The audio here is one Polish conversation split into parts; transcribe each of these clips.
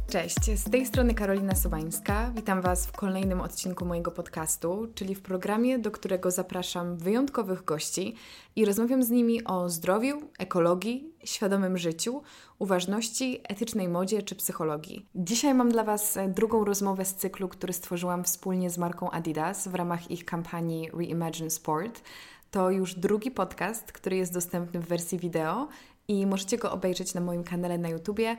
Cześć, z tej strony Karolina Sobańska. Witam Was w kolejnym odcinku mojego podcastu, czyli w programie, do którego zapraszam wyjątkowych gości i rozmawiam z nimi o zdrowiu, ekologii, świadomym życiu, uważności, etycznej modzie czy psychologii. Dzisiaj mam dla Was drugą rozmowę z cyklu, który stworzyłam wspólnie z marką Adidas w ramach ich kampanii Reimagine Sport. To już drugi podcast, który jest dostępny w wersji wideo i możecie go obejrzeć na moim kanale na YouTubie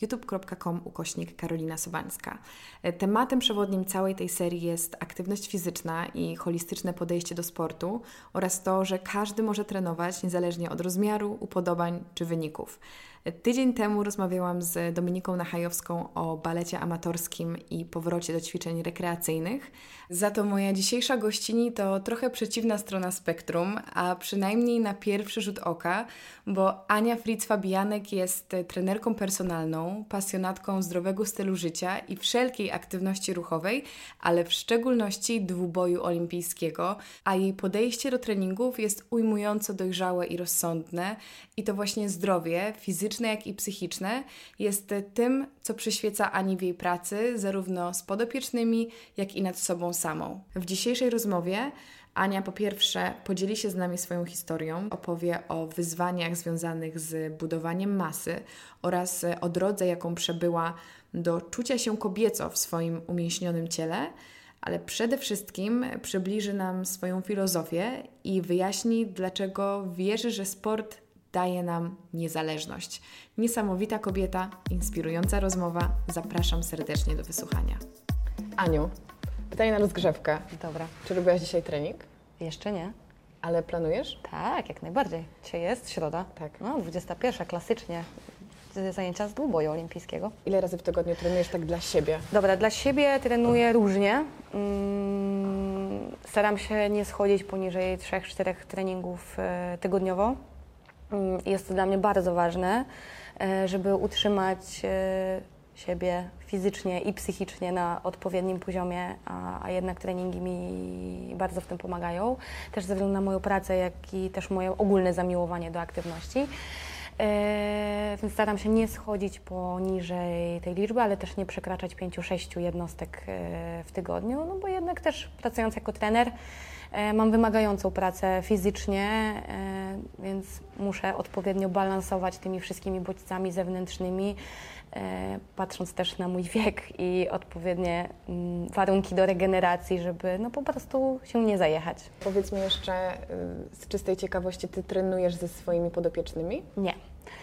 youtube.com/Karolina Sobańska. Tematem przewodnim całej tej serii jest aktywność fizyczna i holistyczne podejście do sportu oraz to, że każdy może trenować niezależnie od rozmiaru, upodobań czy wyników. Tydzień temu rozmawiałam z Dominiką Nachajowską o balecie amatorskim i powrocie do ćwiczeń rekreacyjnych. Za to moja dzisiejsza gościni to trochę przeciwna strona spektrum, a przynajmniej na pierwszy rzut oka, bo Ania Fritz-Fabianek jest trenerką personalną, pasjonatką zdrowego stylu życia i wszelkiej aktywności ruchowej, ale w szczególności dwuboju olimpijskiego, a jej podejście do treningów jest ujmująco dojrzałe i rozsądne i to właśnie zdrowie, fizyczne jak i psychiczne, jest tym, co przyświeca Ani w jej pracy, zarówno z podopiecznymi, jak i nad sobą samą. W dzisiejszej rozmowie Ania po pierwsze podzieli się z nami swoją historią, opowie o wyzwaniach związanych z budowaniem masy oraz o drodze, jaką przebyła do czucia się kobieco w swoim umięśnionym ciele, ale przede wszystkim przybliży nam swoją filozofię i wyjaśni, dlaczego wierzy, że sport daje nam niezależność. Niesamowita kobieta, inspirująca rozmowa. Zapraszam serdecznie do wysłuchania. Aniu, pytanie na rozgrzewkę. Dobra. Czy robiłaś dzisiaj trening? Jeszcze nie. Ale planujesz? Tak, jak najbardziej. Dzisiaj jest środa. Tak. No, 21, klasycznie. Zajęcia z dwuboju olimpijskiego. Ile razy w tygodniu trenujesz tak dla siebie? Dobra, dla siebie trenuję różnie. Staram się nie schodzić poniżej 3-4 treningów tygodniowo. Jest to dla mnie bardzo ważne, żeby utrzymać siebie fizycznie i psychicznie na odpowiednim poziomie, a jednak treningi mi bardzo w tym pomagają. Też ze względu na moją pracę, jak i też moje ogólne zamiłowanie do aktywności. Więc staram się nie schodzić poniżej tej liczby, ale też nie przekraczać 5-6 jednostek w tygodniu, no bo jednak też pracując jako trener mam wymagającą pracę fizycznie, więc muszę odpowiednio balansować tymi wszystkimi bodźcami zewnętrznymi, patrząc też na mój wiek i odpowiednie warunki do regeneracji, żeby no po prostu się nie zajechać. Powiedz mi jeszcze z czystej ciekawości, ty trenujesz ze swoimi podopiecznymi? Nie.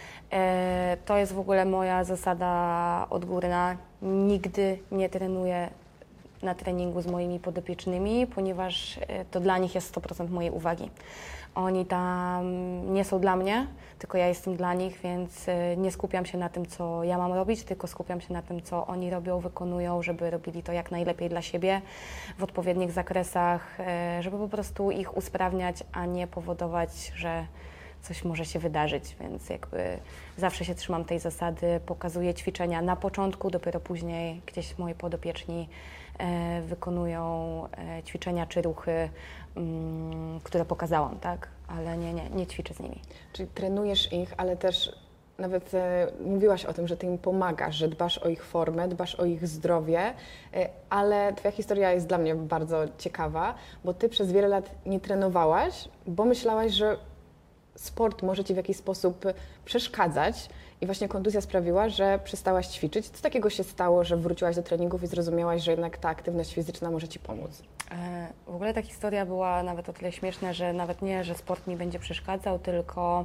To jest w ogóle moja zasada odgórna. Nigdy nie trenuję na treningu z moimi podopiecznymi, ponieważ to dla nich jest 100% mojej uwagi. Oni tam nie są dla mnie, tylko ja jestem dla nich, więc nie skupiam się na tym, co ja mam robić, tylko skupiam się na tym, co oni robią, wykonują, żeby robili to jak najlepiej dla siebie, w odpowiednich zakresach, żeby po prostu ich usprawniać, a nie powodować, że coś może się wydarzyć, więc jakby zawsze się trzymam tej zasady, pokazuję ćwiczenia na początku, dopiero później gdzieś moi podopieczni wykonują ćwiczenia czy ruchy, które pokazałam, tak? Ale nie ćwiczę z nimi. Czyli trenujesz ich, ale też nawet mówiłaś o tym, że ty im pomagasz, że dbasz o ich formę, dbasz o ich zdrowie, ale twoja historia jest dla mnie bardzo ciekawa, bo ty przez wiele lat nie trenowałaś, bo myślałaś, że sport może ci w jakiś sposób przeszkadzać i właśnie kontuzja sprawiła, że przestałaś ćwiczyć. Co takiego się stało, że wróciłaś do treningów i zrozumiałaś, że jednak ta aktywność fizyczna może ci pomóc? W ogóle ta historia była nawet o tyle śmieszna, że nawet nie, że sport mi będzie przeszkadzał, tylko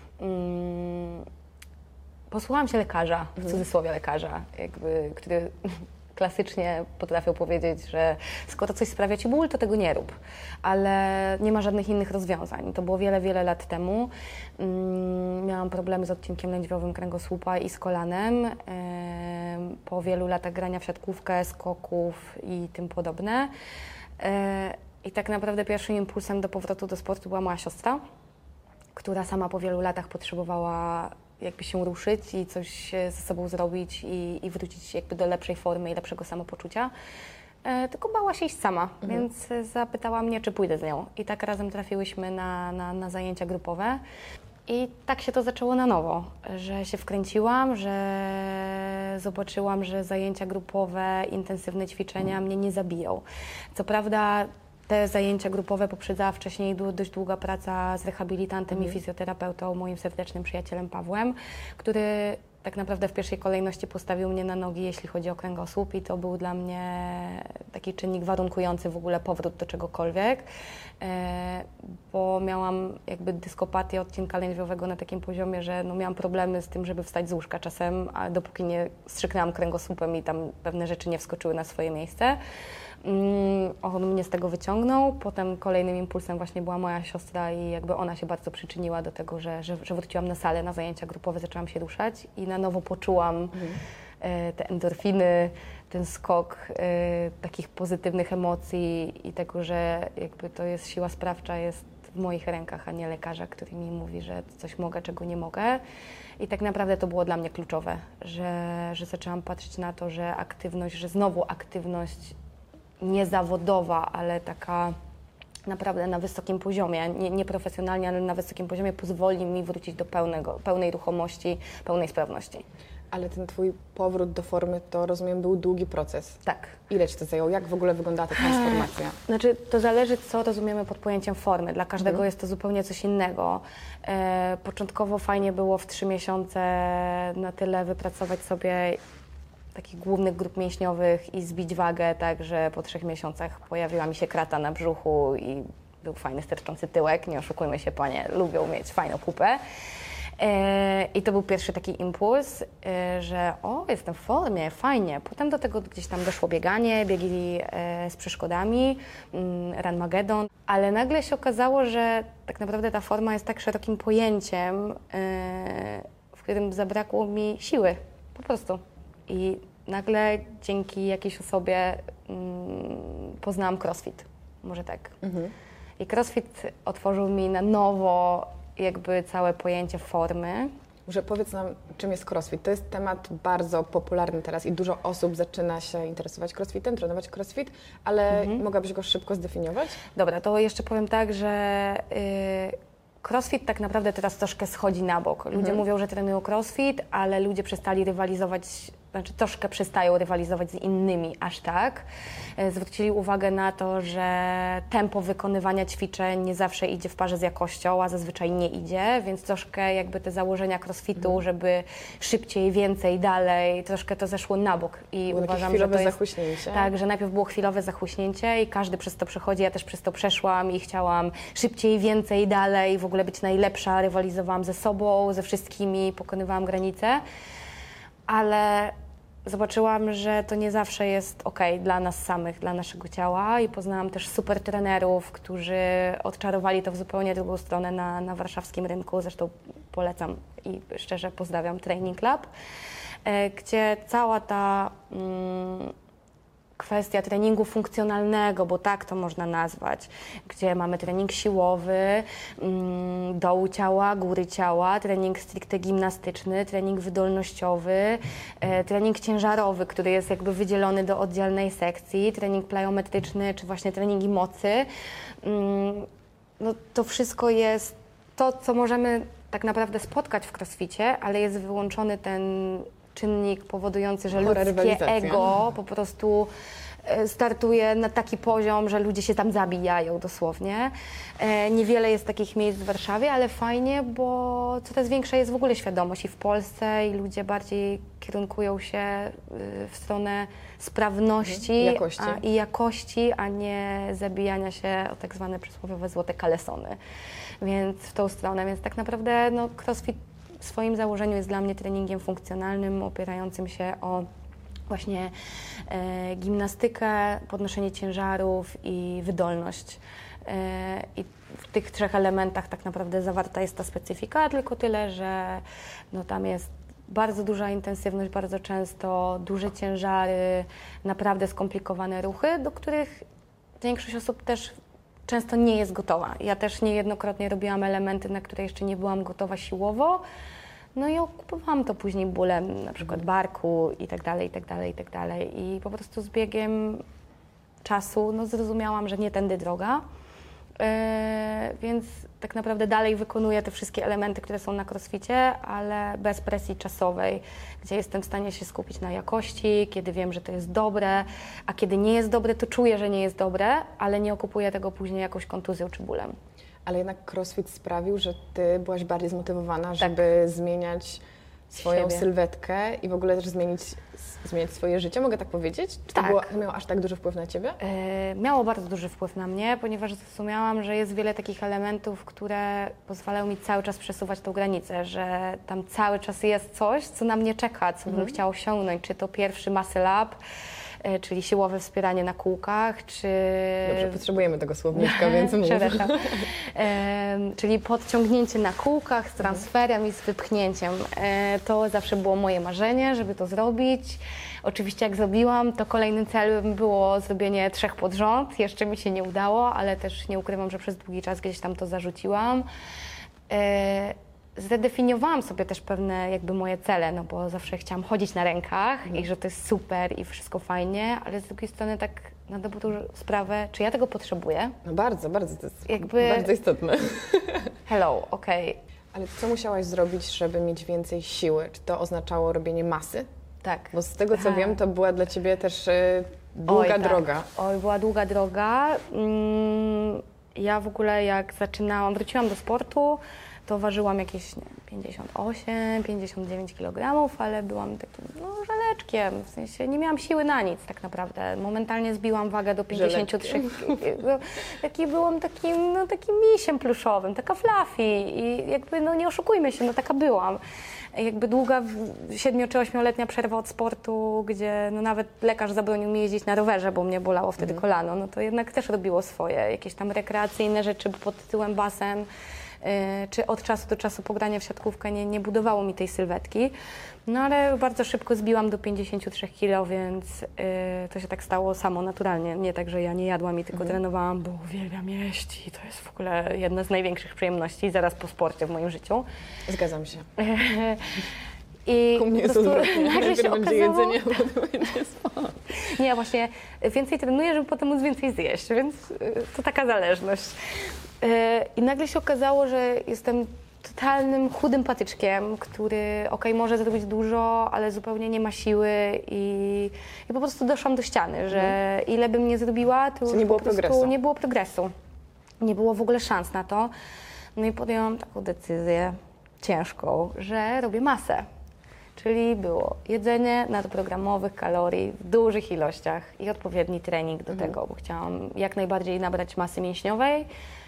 posłuchałam się lekarza, w cudzysłowie lekarza, jakby, który klasycznie potrafią powiedzieć, że skoro coś sprawia ci ból, to tego nie rób, ale nie ma żadnych innych rozwiązań. To było wiele, wiele lat temu. Miałam problemy z odcinkiem lędźwiowym kręgosłupa i z kolanem. Po wielu latach grania w siatkówkę, skoków i tym podobne. I tak naprawdę pierwszym impulsem do powrotu do sportu była moja siostra, która sama po wielu latach potrzebowała jakby się ruszyć i coś ze sobą zrobić i wrócić jakby do lepszej formy i lepszego samopoczucia. Tylko bała się iść sama, więc zapytała mnie, czy pójdę z nią. I tak razem trafiłyśmy na zajęcia grupowe. I tak się to zaczęło na nowo, że się wkręciłam, że zobaczyłam, że zajęcia grupowe, intensywne ćwiczenia mnie nie zabiją. Co prawda te zajęcia grupowe poprzedzała wcześniej dość długa praca z rehabilitantem i fizjoterapeutą, moim serdecznym przyjacielem Pawłem, który tak naprawdę w pierwszej kolejności postawił mnie na nogi, jeśli chodzi o kręgosłup, i to był dla mnie taki czynnik warunkujący w ogóle powrót do czegokolwiek, bo miałam jakby dyskopatię odcinka lędźwiowego na takim poziomie, że no miałam problemy z tym, żeby wstać z łóżka czasem, a dopóki nie strzyknęłam kręgosłupem i tam pewne rzeczy nie wskoczyły na swoje miejsce. On mnie z tego wyciągnął. Potem kolejnym impulsem właśnie była moja siostra i jakby ona się bardzo przyczyniła do tego, że wróciłam na salę, na zajęcia grupowe, zaczęłam się ruszać i na nowo poczułam te endorfiny, ten skok takich pozytywnych emocji i tego, że jakby to jest siła sprawcza, jest w moich rękach, a nie lekarza, który mi mówi, że coś mogę, czego nie mogę. I tak naprawdę to było dla mnie kluczowe, że zaczęłam patrzeć na to, że aktywność, że znowu aktywność niezawodowa, ale taka naprawdę na wysokim poziomie, nie profesjonalnie, ale na wysokim poziomie pozwoli mi wrócić do pełnej ruchomości, pełnej sprawności. Ale ten Twój powrót do formy to, rozumiem, był długi proces. Tak. Ile Ci to zajęło? Jak w ogóle wyglądała ta transformacja? Znaczy, to zależy, co rozumiemy pod pojęciem formy. Dla każdego jest to zupełnie coś innego. Początkowo fajnie było w 3 miesiące na tyle wypracować sobie takich głównych grup mięśniowych i zbić wagę, tak, że po 3 miesiącach pojawiła mi się krata na brzuchu i był fajny, sterczący tyłek. Nie oszukujmy się, panie lubią mieć fajną pupę. I to był pierwszy taki impuls, że jestem w formie, fajnie. Potem do tego gdzieś tam doszło bieganie, biegi z przeszkodami, Runmagedon, ale nagle się okazało, że tak naprawdę ta forma jest tak szerokim pojęciem, w którym zabrakło mi siły, po prostu. I nagle dzięki jakiejś osobie poznałam CrossFit, może tak. I CrossFit otworzył mi na nowo jakby całe pojęcie formy. Może powiedz nam, czym jest CrossFit. To jest temat bardzo popularny teraz i dużo osób zaczyna się interesować CrossFitem, trenować CrossFit, ale mogłabyś go szybko zdefiniować? Dobra, to jeszcze powiem tak, że CrossFit tak naprawdę teraz troszkę schodzi na bok. Ludzie mówią, że trenują CrossFit, ale ludzie przestali rywalizować, znaczy troszkę przestają rywalizować z innymi aż tak. Zwrócili uwagę na to, że tempo wykonywania ćwiczeń nie zawsze idzie w parze z jakością, a zazwyczaj nie idzie, więc troszkę jakby te założenia CrossFitu, żeby szybciej, więcej, dalej, troszkę to zeszło na bok. I było uważam, że to jest zachłyśnięcie. tak, że najpierw było chwilowe zachłyśnięcie i każdy przez to przechodzi, ja też przez to przeszłam i chciałam szybciej, więcej, dalej, w ogóle być najlepsza, rywalizowałam ze sobą, ze wszystkimi, pokonywałam granice, ale zobaczyłam, że to nie zawsze jest okej dla nas samych, dla naszego ciała, i poznałam też super trenerów, którzy odczarowali to w zupełnie drugą stronę na warszawskim rynku. Zresztą polecam i szczerze pozdrawiam Training Lab, gdzie cała ta kwestia treningu funkcjonalnego, bo tak to można nazwać, gdzie mamy trening siłowy, dołu ciała, góry ciała, trening stricte gimnastyczny, trening wydolnościowy, trening ciężarowy, który jest jakby wydzielony do oddzielnej sekcji, trening plyometryczny, czy właśnie treningi mocy. No, to wszystko jest to, co możemy tak naprawdę spotkać w CrossFicie, ale jest wyłączony ten czynnik powodujący, że ludzkie ego po prostu startuje na taki poziom, że ludzie się tam zabijają dosłownie. Niewiele jest takich miejsc w Warszawie, ale fajnie, bo coraz większa jest w ogóle świadomość i w Polsce, i ludzie bardziej kierunkują się w stronę sprawności i jakości, a nie zabijania się o tak zwane przysłowiowe złote kalesony. Więc w tą stronę, więc tak naprawdę no, CrossFit w swoim założeniu jest dla mnie treningiem funkcjonalnym, opierającym się o właśnie gimnastykę, podnoszenie ciężarów i wydolność. I w tych 3 elementach tak naprawdę zawarta jest ta specyfika, tylko tyle, że no, tam jest bardzo duża intensywność, bardzo często duże ciężary, naprawdę skomplikowane ruchy, do których większość osób też często nie jest gotowa. Ja też niejednokrotnie robiłam elementy, na które jeszcze nie byłam gotowa siłowo, no i okupowałam to później bólem na przykład barku i tak dalej, i tak dalej, i tak dalej. I po prostu z biegiem czasu no, zrozumiałam, że nie tędy droga. Więc tak naprawdę dalej wykonuję te wszystkie elementy, które są na crossficie, ale bez presji czasowej, gdzie jestem w stanie się skupić na jakości, kiedy wiem, że to jest dobre, a kiedy nie jest dobre, to czuję, że nie jest dobre, ale nie okupuję tego później jakąś kontuzją czy bólem. Ale jednak crossfit sprawił, że Ty byłaś bardziej zmotywowana, żeby zmieniać swoją sylwetkę i w ogóle też zmieniać swoje życie, mogę tak powiedzieć? Czy to miało aż tak duży wpływ na Ciebie? Miało bardzo duży wpływ na mnie, ponieważ zrozumiałam, że jest wiele takich elementów, które pozwalają mi cały czas przesuwać tą granicę, że tam cały czas jest coś, co na mnie czeka, co bym chciała osiągnąć, czy to pierwszy muscle up, czyli siłowe wspieranie na kółkach, czy... Dobrze, potrzebujemy tego słowniczka, więc mów. Przepraszam. Czyli podciągnięcie na kółkach z transferem i z wypchnięciem. To zawsze było moje marzenie, żeby to zrobić. Oczywiście jak zrobiłam, to kolejnym celem było zrobienie 3 pod rząd. Jeszcze mi się nie udało, ale też nie ukrywam, że przez długi czas gdzieś tam to zarzuciłam. Zdefiniowałam sobie też pewne jakby moje cele, no bo zawsze chciałam chodzić na rękach i że to jest super i wszystko fajnie, ale z drugiej strony tak na dobrą sprawę, czy ja tego potrzebuję? No bardzo, to jest bardzo istotne. Hello, okej. Ale co musiałaś zrobić, żeby mieć więcej siły? Czy to oznaczało robienie masy? Tak. Bo z tego co wiem, to była dla Ciebie też długa droga. Oj, była długa droga. Ja w ogóle jak wróciłam do sportu, to ważyłam jakieś 58, 59 kg, ale byłam takim żeleczkiem, w sensie nie miałam siły na nic tak naprawdę. Momentalnie zbiłam wagę do 53 kg. Byłam takim misiem pluszowym, taka fluffy i jakby nie oszukujmy się, taka byłam. Jakby długa 7- czy 8-letnia przerwa od sportu, gdzie nawet lekarz zabronił mi jeździć na rowerze, bo mnie bolało wtedy kolano, no to jednak też robiło swoje. Jakieś tam rekreacyjne rzeczy pod tytułem basen, czy od czasu do czasu pogranie w siatkówkę nie budowało mi tej sylwetki. No ale bardzo szybko zbiłam do 53 kg, więc to się tak stało samo, naturalnie. Nie tak, że ja nie jadłam i tylko trenowałam, bo uwielbiam jeść i to jest w ogóle jedna z największych przyjemności zaraz po sporcie w moim życiu. Zgadzam się. I u mnie jest odwrotnie. Najpierw będzie jedzenie, a potem będzie sport. Nie, właśnie więcej trenuję, żeby potem móc więcej zjeść, więc to taka zależność. I nagle się okazało, że jestem totalnym chudym patyczkiem, który może zrobić dużo, ale zupełnie nie ma siły i po prostu doszłam do ściany, że ile bym nie zrobiła, to już nie było progresu. Nie było progresu. Nie było w ogóle szans na to. No i podjęłam taką decyzję ciężką, że robię masę. Czyli było jedzenie nadprogramowych kalorii w dużych ilościach i odpowiedni trening do tego, bo chciałam jak najbardziej nabrać masy mięśniowej.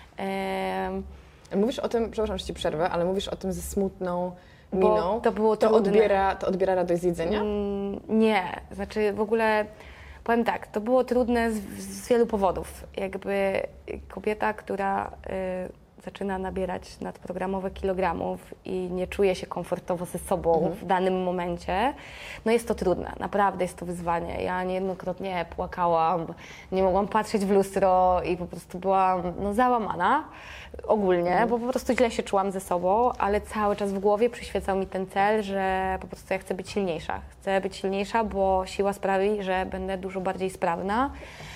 Mówisz o tym, przepraszam, że Ci przerwę, ale mówisz o tym ze smutną miną. To było to odbiera radość z jedzenia? Nie, znaczy w ogóle powiem tak, to było trudne z wielu powodów. Jakby kobieta, która zaczyna nabierać nadprogramowe kilogramów i nie czuje się komfortowo ze sobą w danym momencie, jest to trudne, naprawdę jest to wyzwanie. Ja niejednokrotnie płakałam, nie mogłam patrzeć w lustro i po prostu byłam załamana ogólnie, bo po prostu źle się czułam ze sobą, ale cały czas w głowie przyświecał mi ten cel, że po prostu ja chcę być silniejsza. Chcę być silniejsza, bo siła sprawi, że będę dużo bardziej sprawna.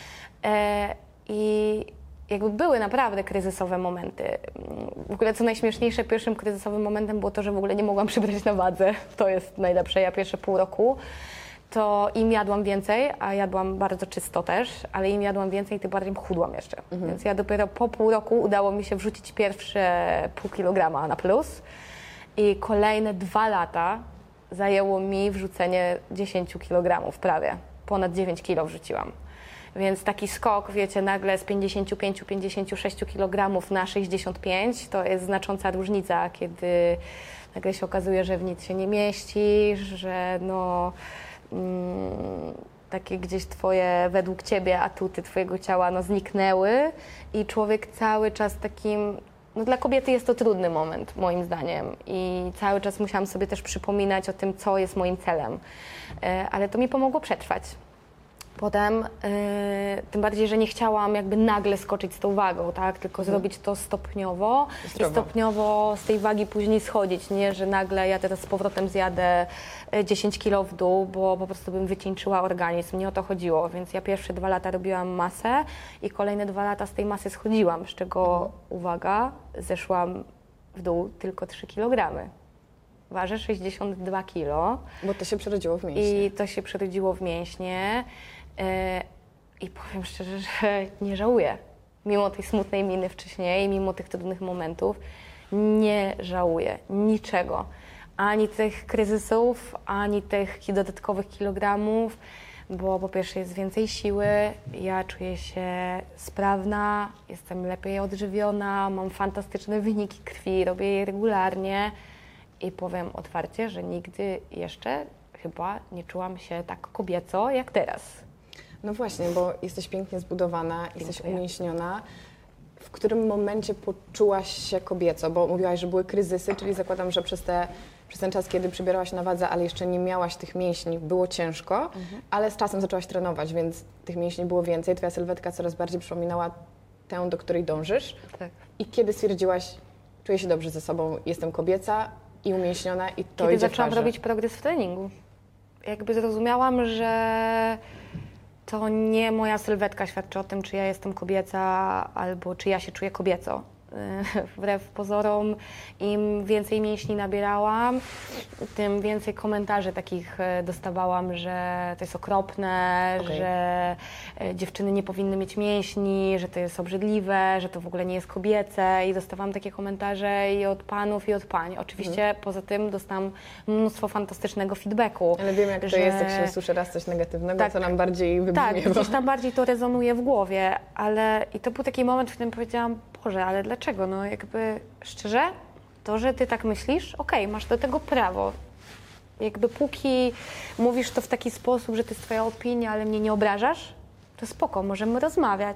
I jakby były naprawdę kryzysowe momenty. W ogóle co najśmieszniejsze, pierwszym kryzysowym momentem było to, że w ogóle nie mogłam przybrać na wadze. To jest najlepsze. Ja pierwsze pół roku to im jadłam więcej, a jadłam bardzo czysto też, ale im jadłam więcej, tym bardziej chudłam jeszcze. Więc ja dopiero po pół roku udało mi się wrzucić pierwsze pół kilograma na plus i kolejne 2 lata zajęło mi wrzucenie 10 kg prawie. Ponad 9 kg wrzuciłam. Więc taki skok, wiecie, nagle z 55-56 kg na 65 to jest znacząca różnica, kiedy nagle się okazuje, że w nic się nie mieścisz, że takie gdzieś według Ciebie atuty Twojego ciała zniknęły i człowiek cały czas takim, dla kobiety jest to trudny moment moim zdaniem i cały czas musiałam sobie też przypominać o tym, co jest moim celem, ale to mi pomogło przetrwać. Potem, tym bardziej, że nie chciałam jakby nagle skoczyć z tą wagą, tak? Tylko zrobić to stopniowo i stopniowo z tej wagi później schodzić, nie? Że nagle ja teraz z powrotem zjadę 10 kilo w dół, bo po prostu bym wycieńczyła organizm. Nie o to chodziło, więc ja pierwsze 2 lata robiłam masę i kolejne 2 lata z tej masy schodziłam, z czego, uwaga, zeszłam w dół tylko 3 kg. Ważę 62 kg. Bo to się przerodziło w mięśnie. I to się przerodziło w mięśnie. I powiem szczerze, że nie żałuję. Mimo tej smutnej miny wcześniej, mimo tych trudnych momentów, nie żałuję niczego. Ani tych kryzysów, ani tych dodatkowych kilogramów, bo po pierwsze jest więcej siły, ja czuję się sprawna, jestem lepiej odżywiona, mam fantastyczne wyniki krwi, robię je regularnie i powiem otwarcie, że nigdy jeszcze chyba nie czułam się tak kobieco jak teraz. No właśnie, bo jesteś pięknie zbudowana, jesteś umięśniona. W którym momencie poczułaś się kobieco? Bo mówiłaś, że były kryzysy, czyli zakładam, że przez ten czas, kiedy przybierałaś na wadze, ale jeszcze nie miałaś tych mięśni, było ciężko, ale z czasem zaczęłaś trenować, więc tych mięśni było więcej. Twoja sylwetka coraz bardziej przypominała tę, do której dążysz. Tak. I kiedy stwierdziłaś, czuję się dobrze ze sobą, jestem kobieca i umięśniona i to Kiedy idzie zaczęłam w parze. robić progres w treningu. Jakby zrozumiałam, że to nie moja sylwetka świadczy o tym, czy ja jestem kobieca, albo czy ja się czuję kobieco. Wbrew pozorom, im więcej mięśni nabierałam, tym więcej komentarzy takich dostawałam, że to jest okropne, że dziewczyny nie powinny mieć mięśni, że to jest obrzydliwe, że to w ogóle nie jest kobiece i dostawałam takie komentarze i od panów, i od pań. Oczywiście poza tym dostałam mnóstwo fantastycznego feedbacku. Ale wiem, jak to jest, jak się słyszy raz coś negatywnego, Tak, co nam bardziej wybrzmiewa. tak, gdzieś tam bardziej to rezonuje w głowie, ale i to był taki moment, w którym powiedziałam, Boże, ale dlaczego? No jakby szczerze, to, że ty tak myślisz, okej, masz do tego prawo. Jakby póki mówisz to w taki sposób, że to jest twoja opinia, ale mnie nie obrażasz, to spoko, możemy rozmawiać.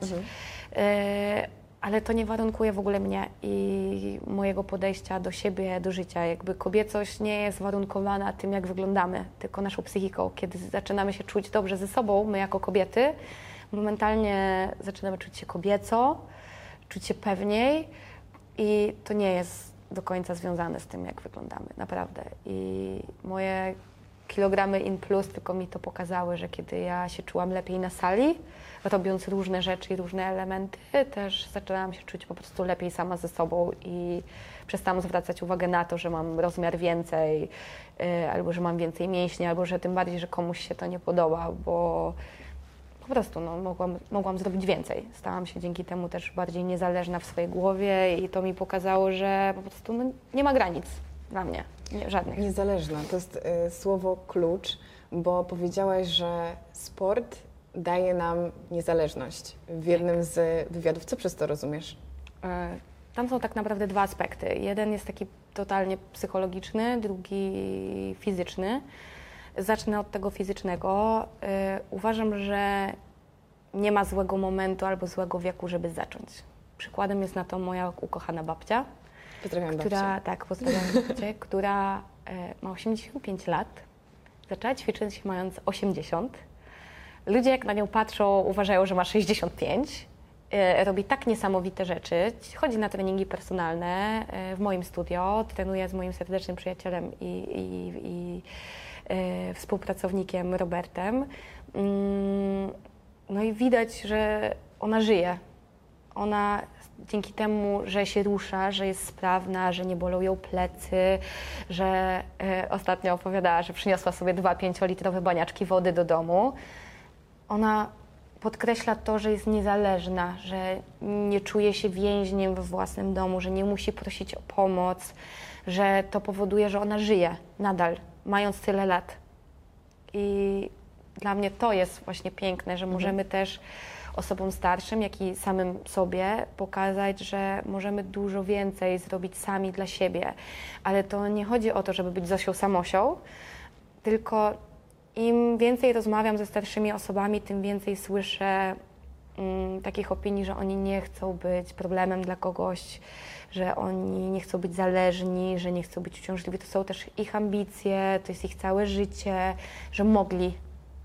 Ale to nie warunkuje w ogóle mnie i mojego podejścia do siebie, do życia. Jakby kobiecość nie jest warunkowana tym, jak wyglądamy, tylko naszą psychiką. Kiedy zaczynamy się czuć dobrze ze sobą, my jako kobiety, momentalnie zaczynamy czuć się kobieco, czuć się pewniej i to nie jest do końca związane z tym, jak wyglądamy, naprawdę. I moje kilogramy in plus tylko mi to pokazały, że kiedy ja się czułam lepiej na sali, robiąc różne rzeczy i różne elementy, też zaczęłam się czuć po prostu lepiej sama ze sobą i przestałam zwracać uwagę na to, że mam rozmiar więcej, albo że mam więcej mięśni, albo że tym bardziej, że komuś się to nie podoba, bo po prostu mogłam zrobić więcej. Stałam się dzięki temu też bardziej niezależna w swojej głowie i to mi pokazało, że po prostu nie ma granic dla mnie, żadnych. Niezależna, to jest słowo klucz, bo powiedziałaś, że sport daje nam niezależność w jednym z wywiadów. Co przez to rozumiesz? Tam są tak naprawdę 2 aspekty. Jeden jest taki totalnie psychologiczny, drugi fizyczny. Zacznę od tego fizycznego. Uważam, że nie ma złego momentu albo złego wieku, żeby zacząć. Przykładem jest na to moja ukochana babcia. Pozdrawiam babcię. Tak, pozdrawiam babcię, która ma 85 lat. Zaczęła ćwiczyć mając 80. Ludzie jak na nią patrzą, uważają, że ma 65. Robi tak niesamowite rzeczy. Chodzi na treningi personalne w moim studio. Trenuje z moim serdecznym przyjacielem i współpracownikiem Robertem. No i widać, że ona żyje. Ona dzięki temu, że się rusza, że jest sprawna, że nie bolą ją plecy, że ostatnio opowiadała, że przyniosła sobie 2 5-litrowe baniaczki wody do domu. Ona podkreśla to, że jest niezależna, że nie czuje się więźniem we własnym domu, że nie musi prosić o pomoc, że to powoduje, że ona żyje nadal, mając tyle lat. I dla mnie to jest właśnie piękne, że możemy też osobom starszym, jak i samym sobie pokazać, że możemy dużo więcej zrobić sami dla siebie. Ale to nie chodzi o to, żeby być Zosią Samosią, tylko im więcej rozmawiam ze starszymi osobami, tym więcej słyszę takich opinii, że oni nie chcą być problemem dla kogoś, że oni nie chcą być zależni, że nie chcą być uciążliwi. To są też ich ambicje, to jest ich całe życie, że mogli.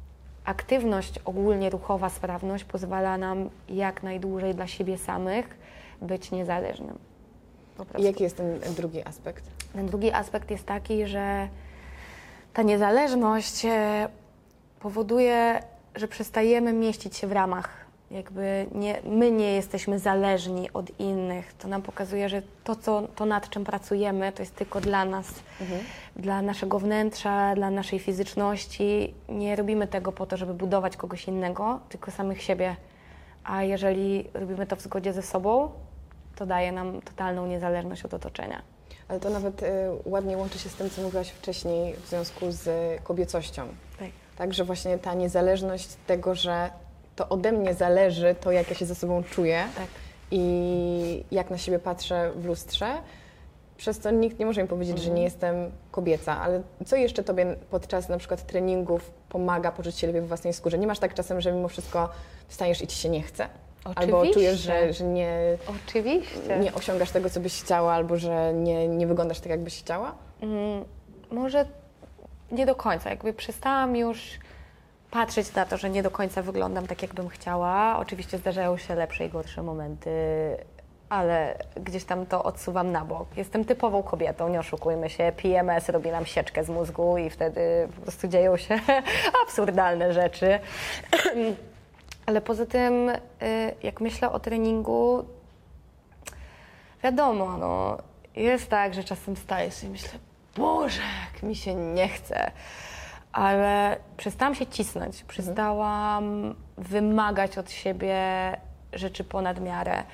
aktywność, ogólnie ruchowa sprawność pozwala nam jak najdłużej dla siebie samych być niezależnym. I jaki jest ten drugi aspekt? Ten drugi aspekt jest taki, że ta niezależność powoduje, że przestajemy mieścić się w ramach. Jakby my nie jesteśmy zależni od innych. To nam pokazuje, że to nad czym pracujemy, to jest tylko dla nas, dla naszego wnętrza, dla naszej fizyczności. Nie robimy tego po to, żeby budować kogoś innego, tylko samych siebie. A jeżeli robimy to w zgodzie ze sobą, to daje nam totalną niezależność od otoczenia. Ale to nawet ładnie łączy się z tym, co mówiłaś wcześniej w związku z kobiecością. Tak. Także właśnie ta niezależność tego, że to ode mnie zależy, to jak ja się ze sobą czuję i jak na siebie patrzę w lustrze. Przez to nikt nie może mi powiedzieć, że nie jestem kobieca, ale co jeszcze Tobie podczas na przykład treningów pomaga poczuć się lepiej we własnej skórze? Nie masz tak czasem, że mimo wszystko wstajesz i Ci się nie chce? Oczywiście. Albo czujesz, że nie, Oczywiście. nie osiągasz tego, co byś chciała, albo że nie wyglądasz tak, jak byś chciała? Może nie do końca. Jakby przestałam już patrzeć na to, że nie do końca wyglądam tak, jak bym chciała. Oczywiście zdarzają się lepsze i gorsze momenty, ale gdzieś tam to odsuwam na bok. Jestem typową kobietą, nie oszukujmy się. PMS robi nam sieczkę z mózgu i wtedy po prostu dzieją się absurdalne rzeczy. Ale poza tym, jak myślę o treningu, wiadomo, no, jest tak, że czasem stajesz i myślę, Boże, jak mi się nie chce. Ale przestałam się cisnąć, przestałam wymagać od siebie rzeczy ponad miarę.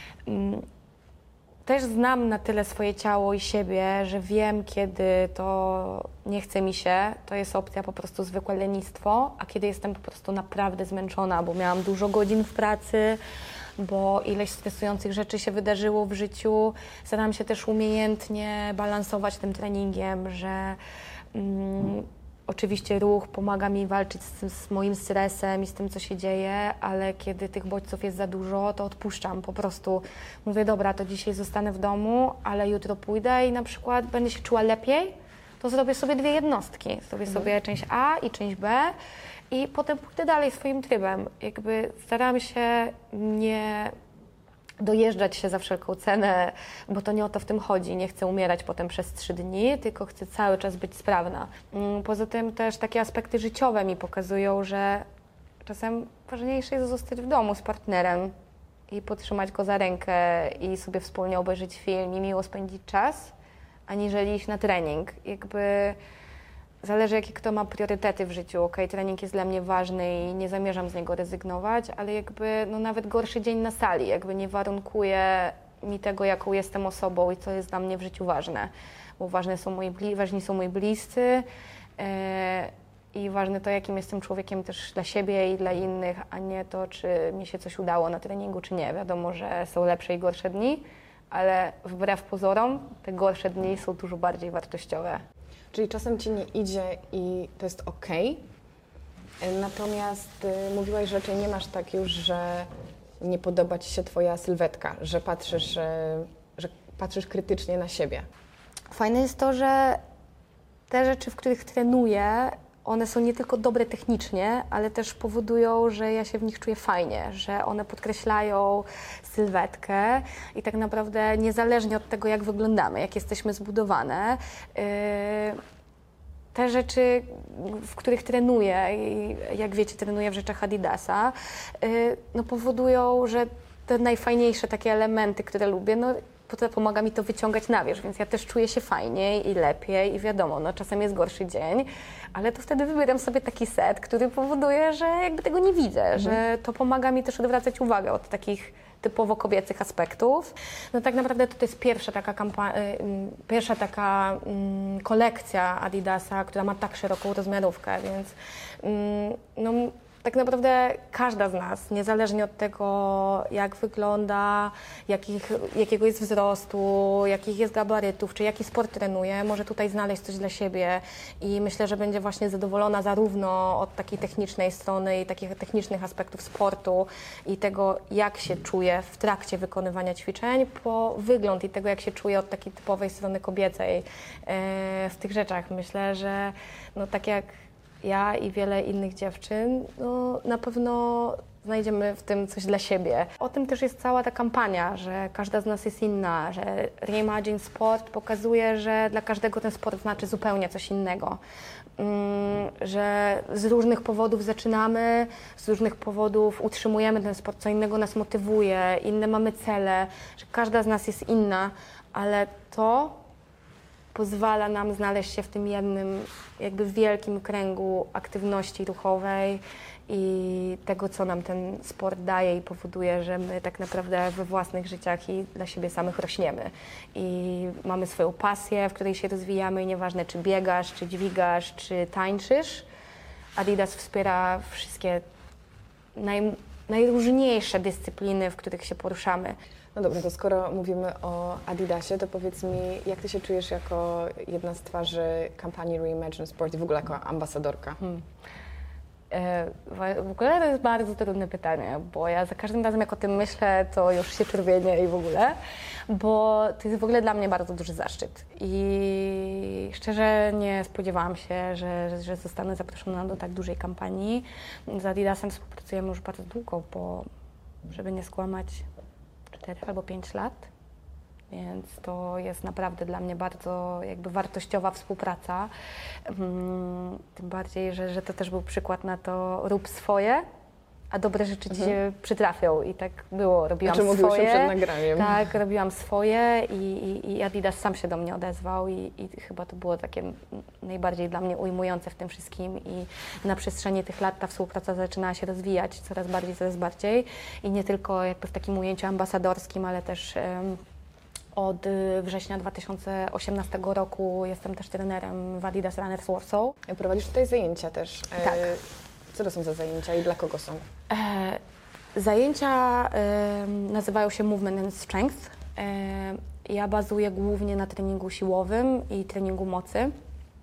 Też znam na tyle swoje ciało i siebie, że wiem, kiedy to nie chce mi się, to jest opcja po prostu zwykłe lenistwo, a kiedy jestem po prostu naprawdę zmęczona, bo miałam dużo godzin w pracy, bo ileś stresujących rzeczy się wydarzyło w życiu. Staram się też umiejętnie balansować tym treningiem, że oczywiście ruch pomaga mi walczyć z moim stresem i z tym, co się dzieje, ale kiedy tych bodźców jest za dużo, to odpuszczam. Po prostu mówię, dobra, to dzisiaj zostanę w domu, ale jutro pójdę i na przykład będę się czuła lepiej, to zrobię sobie 2 jednostki. Zrobię sobie część A i część B i potem pójdę dalej swoim trybem. Jakby staram się nie dojeżdżać się za wszelką cenę, bo to nie o to w tym chodzi. Nie chcę umierać potem przez 3 dni, tylko chcę cały czas być sprawna. Poza tym też takie aspekty życiowe mi pokazują, że czasem ważniejsze jest zostać w domu z partnerem i podtrzymać go za rękę i sobie wspólnie obejrzeć film i miło spędzić czas, aniżeli iść na trening. Jakby zależy, jakie kto ma priorytety w życiu. Okej, trening jest dla mnie ważny i nie zamierzam z niego rezygnować, ale jakby no nawet gorszy dzień na sali jakby nie warunkuje mi tego, jaką jestem osobą i co jest dla mnie w życiu ważne. Bo ważni są moi bliscy i ważne to, jakim jestem człowiekiem też dla siebie i dla innych, a nie to, czy mi się coś udało na treningu, czy nie. Wiadomo, że są lepsze i gorsze dni, ale wbrew pozorom te gorsze dni są dużo bardziej wartościowe. Czyli czasem Ci nie idzie i to jest okej, natomiast mówiłaś, że raczej nie masz tak już, że nie podoba Ci się Twoja sylwetka, że patrzysz krytycznie na siebie. Fajne jest to, że te rzeczy, w których trenuję, one są nie tylko dobre technicznie, ale też powodują, że ja się w nich czuję fajnie, że one podkreślają sylwetkę i tak naprawdę niezależnie od tego, jak wyglądamy, jak jesteśmy zbudowane, te rzeczy, w których trenuję, i jak wiecie, trenuję w rzeczach Adidasa, no powodują, że te najfajniejsze takie elementy, które lubię, no pomaga mi to wyciągać na wierzch, więc ja też czuję się fajniej i lepiej i wiadomo, no czasem jest gorszy dzień, ale to wtedy wybieram sobie taki set, który powoduje, że jakby tego nie widzę, że to pomaga mi też odwracać uwagę od takich typowo kobiecych aspektów. No tak naprawdę to jest pierwsza taka kolekcja Adidasa, która ma tak szeroką rozmiarówkę, więc no tak naprawdę każda z nas, niezależnie od tego, jak wygląda, jakiego jest wzrostu, jakich jest gabarytów, czy jaki sport trenuje, może tutaj znaleźć coś dla siebie i myślę, że będzie właśnie zadowolona zarówno od takiej technicznej strony i takich technicznych aspektów sportu i tego, jak się czuje w trakcie wykonywania ćwiczeń, po wygląd i tego, jak się czuje od takiej typowej strony kobiecej w tych rzeczach. Myślę, że no tak jak ja i wiele innych dziewczyn, no, na pewno znajdziemy w tym coś dla siebie. O tym też jest cała ta kampania, że każda z nas jest inna, że Reimagine Sport pokazuje, że dla każdego ten sport znaczy zupełnie coś innego. Że z różnych powodów zaczynamy, z różnych powodów utrzymujemy ten sport, co innego nas motywuje, inne mamy cele, że każda z nas jest inna, ale to pozwala nam znaleźć się w tym jednym, jakby wielkim kręgu aktywności ruchowej i tego, co nam ten sport daje i powoduje, że my tak naprawdę we własnych życiach i dla siebie samych rośniemy. I mamy swoją pasję, w której się rozwijamy i nieważne, czy biegasz, czy dźwigasz, czy tańczysz. Adidas wspiera wszystkie najróżniejsze dyscypliny, w których się poruszamy. No dobra, to skoro mówimy o Adidasie, to powiedz mi, jak Ty się czujesz jako jedna z twarzy kampanii Reimagine Sport i w ogóle jako ambasadorka? W ogóle to jest bardzo trudne pytanie, bo ja za każdym razem, jak o tym myślę, to już się czerwienię i w ogóle, bo to jest w ogóle dla mnie bardzo duży zaszczyt i szczerze nie spodziewałam się, że zostanę zaproszona do tak dużej kampanii. Z Adidasem współpracujemy już bardzo długo, bo żeby nie skłamać, 4 albo 5 lat. Więc to jest naprawdę dla mnie bardzo jakby wartościowa współpraca. Tym bardziej, że to też był przykład na to, rób swoje, a dobre rzeczy Ci się przytrafią. I tak było, robiłam swoje. Mówiłyśmy przed nagraniem. Tak, robiłam swoje i Adidas sam się do mnie odezwał i chyba to było takie najbardziej dla mnie ujmujące w tym wszystkim i na przestrzeni tych lat ta współpraca zaczynała się rozwijać coraz bardziej i nie tylko jakby w takim ujęciu ambasadorskim, ale też od września 2018 roku jestem też trenerem w Adidas Runners Warsaw. Prowadzisz tutaj zajęcia też. Tak. Co to są za zajęcia i dla kogo są? Zajęcia nazywają się Movement and Strength. Ja bazuję głównie na treningu siłowym i treningu mocy.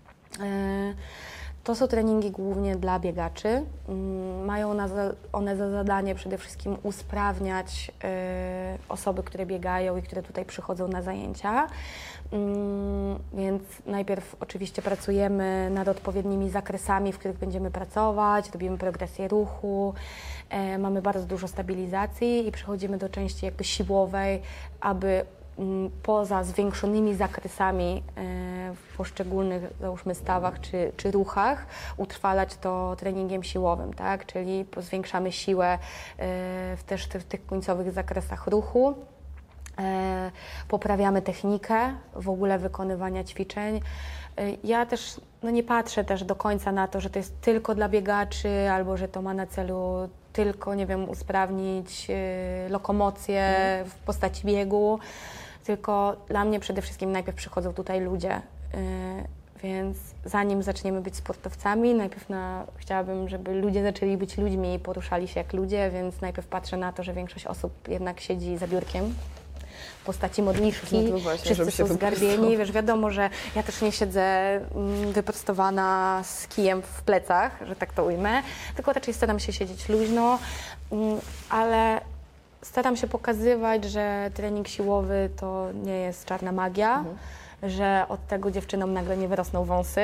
To są treningi głównie dla biegaczy. Mają one za zadanie przede wszystkim usprawniać osoby, które biegają i które tutaj przychodzą na zajęcia. Więc najpierw oczywiście pracujemy nad odpowiednimi zakresami, w których będziemy pracować, robimy progresję ruchu, mamy bardzo dużo stabilizacji i przechodzimy do części jakby siłowej, aby poza zwiększonymi zakresami w poszczególnych, załóżmy, stawach czy ruchach, utrwalać to treningiem siłowym, tak? Czyli zwiększamy siłę też w tych końcowych zakresach ruchu, poprawiamy technikę w ogóle wykonywania ćwiczeń. Ja też nie patrzę też do końca na to, że to jest tylko dla biegaczy albo że to ma na celu tylko, nie wiem, usprawnić lokomocję w postaci biegu. Tylko dla mnie przede wszystkim najpierw przychodzą tutaj ludzie, więc zanim zaczniemy być sportowcami, najpierw chciałabym, żeby ludzie zaczęli być ludźmi i poruszali się jak ludzie, więc najpierw patrzę na to, że większość osób jednak siedzi za biurkiem w postaci modliszki, no właśnie, wszyscy są zgarbieni, wiesz, wiadomo, że ja też nie siedzę wyprostowana z kijem w plecach, że tak to ujmę, tylko raczej staram się siedzieć luźno, ale staram się pokazywać, że trening siłowy to nie jest czarna magia, że od tego dziewczynom nagle nie wyrosną wąsy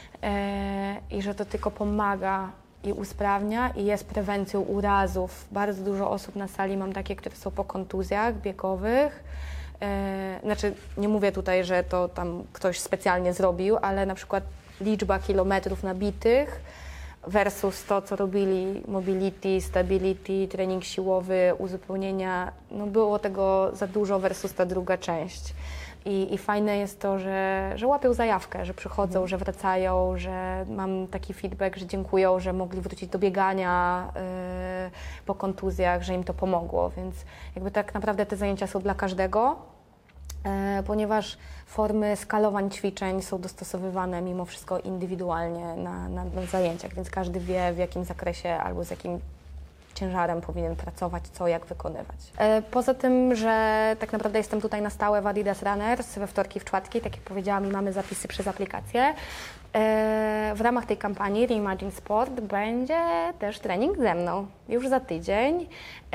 i że to tylko pomaga i usprawnia i jest prewencją urazów. Bardzo dużo osób na sali mam takie, które są po kontuzjach biegowych. Znaczy, nie mówię tutaj, że to tam ktoś specjalnie zrobił, ale na przykład liczba kilometrów nabitych versus to, co robili mobility, stability, trening siłowy, uzupełnienia, no było tego za dużo versus ta druga część. I fajne jest to, że łapią zajawkę, że przychodzą, że wracają, że mam taki feedback, że dziękują, że mogli wrócić do biegania po kontuzjach, że im to pomogło, więc jakby tak naprawdę te zajęcia są dla każdego, ponieważ formy skalowań ćwiczeń są dostosowywane mimo wszystko indywidualnie na zajęciach, więc każdy wie, w jakim zakresie albo z jakim ciężarem powinien pracować, co, jak wykonywać. Poza tym, że tak naprawdę jestem tutaj na stałe w Adidas Runners we wtorki, w czwartki, tak jak powiedziałam, i mamy zapisy przez aplikację. W ramach tej kampanii Reimagine Sport będzie też trening ze mną już za tydzień,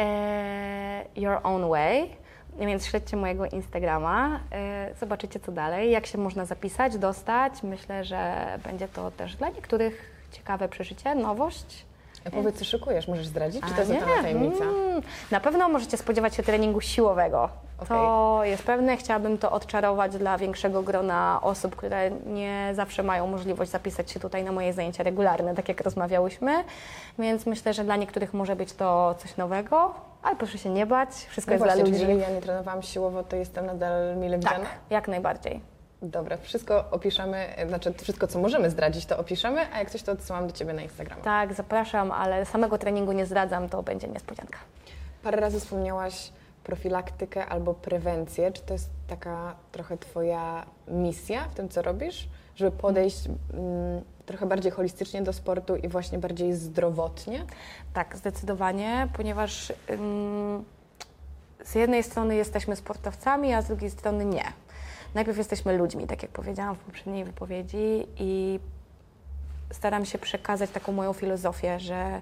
Your Own Way. Więc śledźcie mojego Instagrama, zobaczycie co dalej, jak się można zapisać, dostać. Myślę, że będzie to też dla niektórych ciekawe przeżycie, nowość. A powiedz, co szykujesz? Możesz zdradzić? Czy to jest totalna tajemnica? Na pewno możecie spodziewać się treningu siłowego. Okay. To jest pewne. Chciałabym to odczarować dla większego grona osób, które nie zawsze mają możliwość zapisać się tutaj na moje zajęcia regularne, tak jak rozmawiałyśmy. Więc myślę, że dla niektórych może być to coś nowego, ale proszę się nie bać. Wszystko jest dla ludzi. Jeżeli ja nie trenowałam siłowo, to jestem nadal mile widziana? Tak, jak najbardziej. Dobra, wszystko opiszemy, znaczy wszystko, co możemy zdradzić, to opiszemy, a jak coś, to odsyłam do Ciebie na Instagrama. Tak, zapraszam, ale samego treningu nie zdradzam, to będzie niespodzianka. Parę razy wspomniałaś profilaktykę albo prewencję. Czy to jest taka trochę Twoja misja w tym, co robisz? Żeby podejść trochę bardziej holistycznie do sportu i właśnie bardziej zdrowotnie? Tak, zdecydowanie, ponieważ z jednej strony jesteśmy sportowcami, a z drugiej strony nie. Najpierw jesteśmy ludźmi, tak jak powiedziałam w poprzedniej wypowiedzi, i staram się przekazać taką moją filozofię, że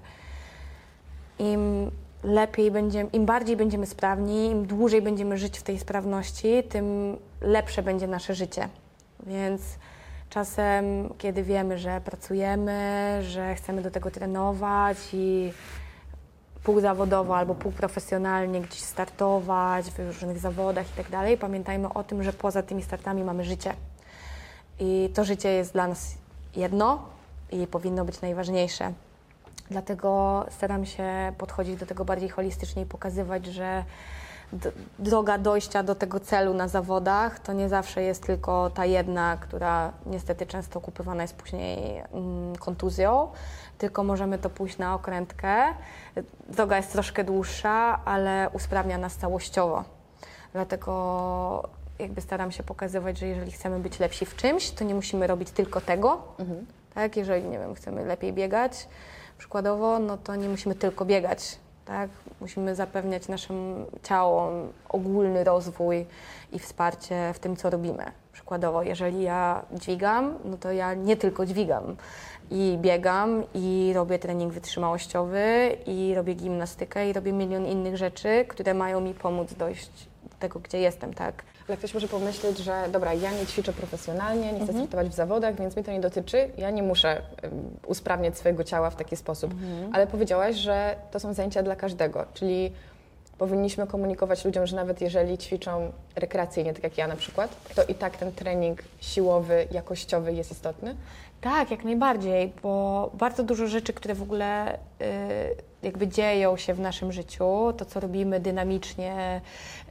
im bardziej będziemy sprawni, im dłużej będziemy żyć w tej sprawności, tym lepsze będzie nasze życie. Więc czasem, kiedy wiemy, że pracujemy, że chcemy do tego trenować i półzawodowo albo półprofesjonalnie gdzieś startować w różnych zawodach i tak dalej, pamiętajmy o tym, że poza tymi startami mamy życie. I to życie jest dla nas jedno i powinno być najważniejsze. Dlatego staram się podchodzić do tego bardziej holistycznie i pokazywać, że droga dojścia do tego celu na zawodach to nie zawsze jest tylko ta jedna, która niestety często okupywana jest później kontuzją, tylko możemy to pójść na okrętkę. Droga jest troszkę dłuższa, ale usprawnia nas całościowo. Dlatego jakby staram się pokazywać, że jeżeli chcemy być lepsi w czymś, to nie musimy robić tylko tego. Tak? Jeżeli, nie wiem, chcemy lepiej biegać, przykładowo, no to nie musimy tylko biegać. Tak? Musimy zapewniać naszym ciałom ogólny rozwój i wsparcie w tym, co robimy. Przykładowo, jeżeli ja dźwigam, no to ja nie tylko dźwigam. I biegam, i robię trening wytrzymałościowy, i robię gimnastykę, i robię milion innych rzeczy, które mają mi pomóc dojść do tego, gdzie jestem, tak? Ale ktoś może pomyśleć, że dobra, ja nie ćwiczę profesjonalnie, nie chcę startować w zawodach, więc mnie to nie dotyczy, ja nie muszę usprawniać swojego ciała w taki sposób. Ale powiedziałaś, że to są zajęcia dla każdego, czyli powinniśmy komunikować ludziom, że nawet jeżeli ćwiczą rekreacyjnie, tak jak ja na przykład, to i tak ten trening siłowy, jakościowy jest istotny? Tak, jak najbardziej, bo bardzo dużo rzeczy, które w ogóle jakby dzieją się w naszym życiu, to co robimy dynamicznie,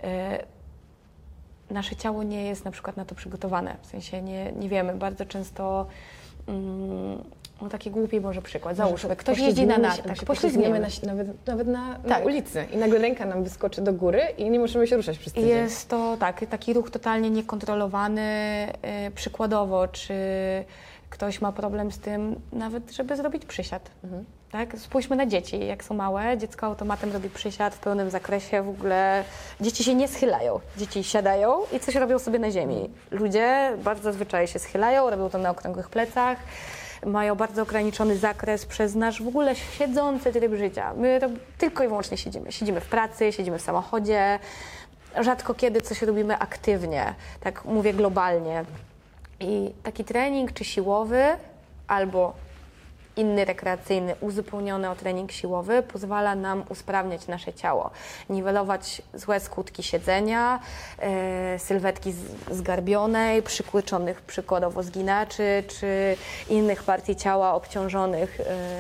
nasze ciało nie jest na przykład na to przygotowane, w sensie nie wiemy, bardzo często, no taki głupi może przykład, załóżmy, ktoś jeździ na nartach, poślizgniemy nawet na ulicy i nagle ręka nam wyskoczy do góry i nie możemy się ruszać przez tydzień. Jest to taki ruch totalnie niekontrolowany, przykładowo, czy ktoś ma problem z tym nawet, żeby zrobić przysiad. Tak? Spójrzmy na dzieci, jak są małe, dziecko automatem robi przysiad w pełnym zakresie, w ogóle dzieci się nie schylają, dzieci siadają i coś robią sobie na ziemi. Ludzie bardzo zazwyczaj się schylają, robią to na okrągłych plecach, mają bardzo ograniczony zakres przez nasz w ogóle siedzący tryb życia. My tylko i wyłącznie siedzimy w pracy, siedzimy w samochodzie, rzadko kiedy coś robimy aktywnie, tak mówię globalnie. I taki trening czy siłowy, albo inny rekreacyjny, uzupełniony o trening siłowy, pozwala nam usprawniać nasze ciało, niwelować złe skutki siedzenia, sylwetki zgarbionej, przykurczonych przykładowo zginaczy, czy innych partii ciała obciążonych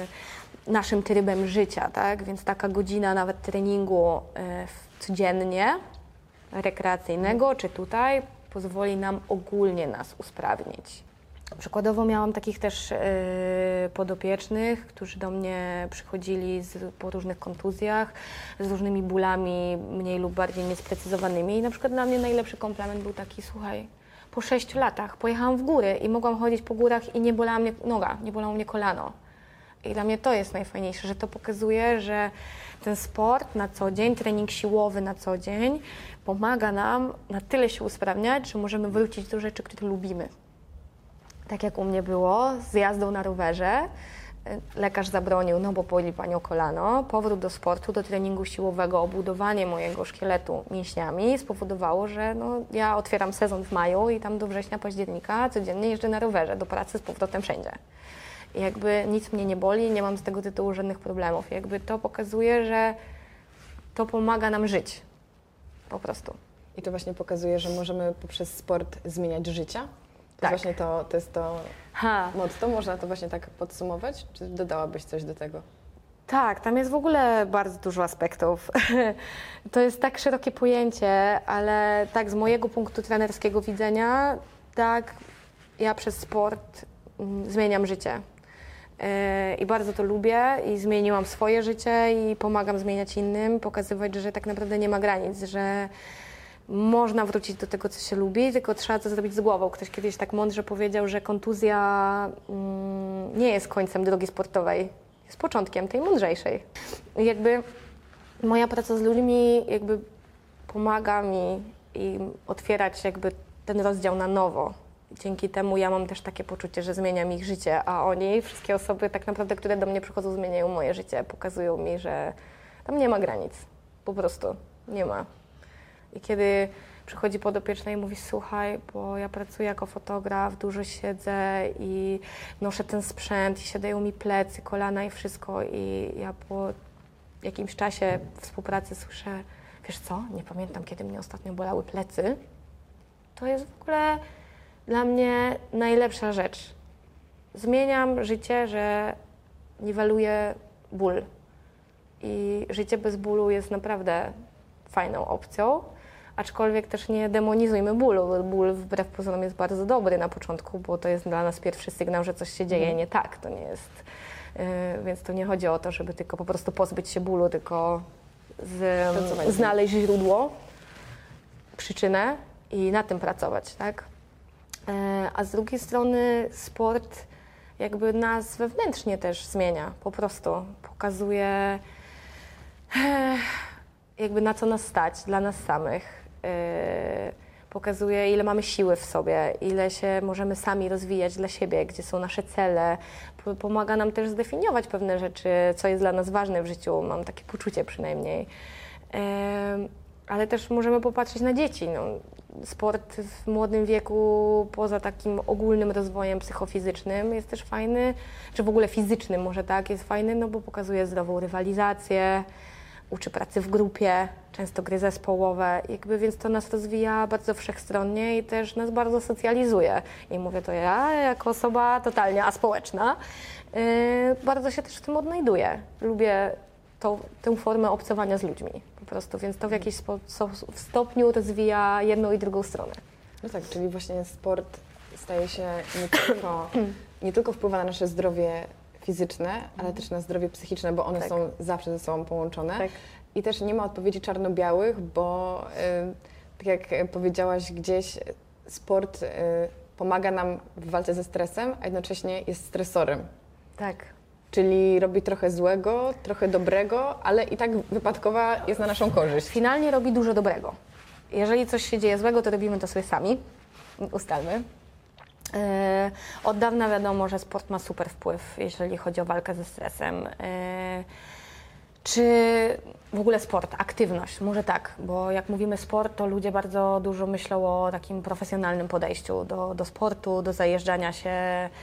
naszym trybem życia, tak? Więc taka godzina nawet treningu codziennie, rekreacyjnego, czy tutaj, pozwoli nam ogólnie nas usprawnić. Przykładowo miałam takich też podopiecznych, którzy do mnie przychodzili po różnych kontuzjach, z różnymi bólami mniej lub bardziej niesprecyzowanymi i na przykład dla mnie najlepszy komplement był taki: słuchaj, po 6 latach pojechałam w góry i mogłam chodzić po górach i nie bolała mnie noga, nie bolało mnie kolano. I dla mnie to jest najfajniejsze, że to pokazuje, że ten sport na co dzień, trening siłowy na co dzień pomaga nam na tyle się usprawniać, że możemy wrócić do rzeczy, które lubimy. Tak jak u mnie było z jazdą na rowerze, lekarz zabronił, no bo boli panią kolano. Powrót do sportu, do treningu siłowego, obudowanie mojego szkieletu mięśniami spowodowało, że ja otwieram sezon w maju i tam do września, października codziennie jeżdżę na rowerze do pracy, z powrotem wszędzie. I jakby nic mnie nie boli, nie mam z tego tytułu żadnych problemów. Jakby to pokazuje, że to pomaga nam żyć. Po prostu. I to właśnie pokazuje, że możemy poprzez sport zmieniać życia? Tak. Właśnie to jest to motto, można to właśnie tak podsumować? Czy dodałabyś coś do tego? Tak, tam jest w ogóle bardzo dużo aspektów. To jest tak szerokie pojęcie, ale tak z mojego punktu trenerskiego widzenia, tak ja przez sport zmieniam życie. I bardzo to lubię i zmieniłam swoje życie i pomagam zmieniać innym, pokazywać, że tak naprawdę nie ma granic, że można wrócić do tego, co się lubi, tylko trzeba to zrobić z głową. Ktoś kiedyś tak mądrze powiedział, że kontuzja nie jest końcem drogi sportowej, jest początkiem tej mądrzejszej. I jakby moja praca z ludźmi jakby pomaga mi im otwierać jakby ten rozdział na nowo. Dzięki temu ja mam też takie poczucie, że zmieniam ich życie, a oni, wszystkie osoby tak naprawdę, które do mnie przychodzą, zmieniają moje życie, pokazują mi, że tam nie ma granic, po prostu nie ma. I kiedy przychodzi podopieczna i mówi, słuchaj, bo ja pracuję jako fotograf, dużo siedzę i noszę ten sprzęt i siadają mi plecy, kolana i wszystko i ja po jakimś czasie współpracy słyszę, wiesz co, nie pamiętam, kiedy mnie ostatnio bolały plecy, to jest w ogóle dla mnie najlepsza rzecz. Zmieniam życie, że niweluję ból. I życie bez bólu jest naprawdę fajną opcją, aczkolwiek też nie demonizujmy bólu, bo ból wbrew pozorom jest bardzo dobry na początku, bo to jest dla nas pierwszy sygnał, że coś się dzieje nie tak. To nie jest, więc to nie chodzi o to, żeby tylko po prostu pozbyć się bólu, tylko znaleźć źródło, przyczynę i na tym pracować, tak? A z drugiej strony sport jakby nas wewnętrznie też zmienia, po prostu pokazuje jakby na co nas stać, dla nas samych. Pokazuje, ile mamy siły w sobie, ile się możemy sami rozwijać dla siebie, gdzie są nasze cele. Pomaga nam też zdefiniować pewne rzeczy, co jest dla nas ważne w życiu, mam takie poczucie przynajmniej. Ale też możemy popatrzeć na dzieci. No, sport w młodym wieku, poza takim ogólnym rozwojem psychofizycznym, jest też fajny, czy w ogóle fizycznym może tak, jest fajny, no bo pokazuje zdrową rywalizację, uczy pracy w grupie, często gry zespołowe, jakby, więc to nas rozwija bardzo wszechstronnie i też nas bardzo socjalizuje. I mówię to ja, jako osoba totalnie aspołeczna, bardzo się też w tym odnajduję. Lubię tę formę obcowania z ludźmi po prostu, więc to w jakiś stopniu rozwija jedną i drugą stronę. No tak, czyli właśnie sport staje się nie tylko wpływa na nasze zdrowie fizyczne, ale też na zdrowie psychiczne, bo one są zawsze ze sobą połączone. Tak. I też nie ma odpowiedzi czarno-białych, bo tak jak powiedziałaś gdzieś, sport pomaga nam w walce ze stresem, a jednocześnie jest stresorem. Tak. Czyli robi trochę złego, trochę dobrego, ale i tak wypadkowa jest na naszą korzyść. Finalnie robi dużo dobrego. Jeżeli coś się dzieje złego, to robimy to sobie sami, ustalmy. Od dawna wiadomo, że sport ma super wpływ, jeżeli chodzi o walkę ze stresem. Czy w ogóle sport, aktywność, może tak, bo jak mówimy sport, to ludzie bardzo dużo myślą o takim profesjonalnym podejściu do sportu, do zajeżdżania się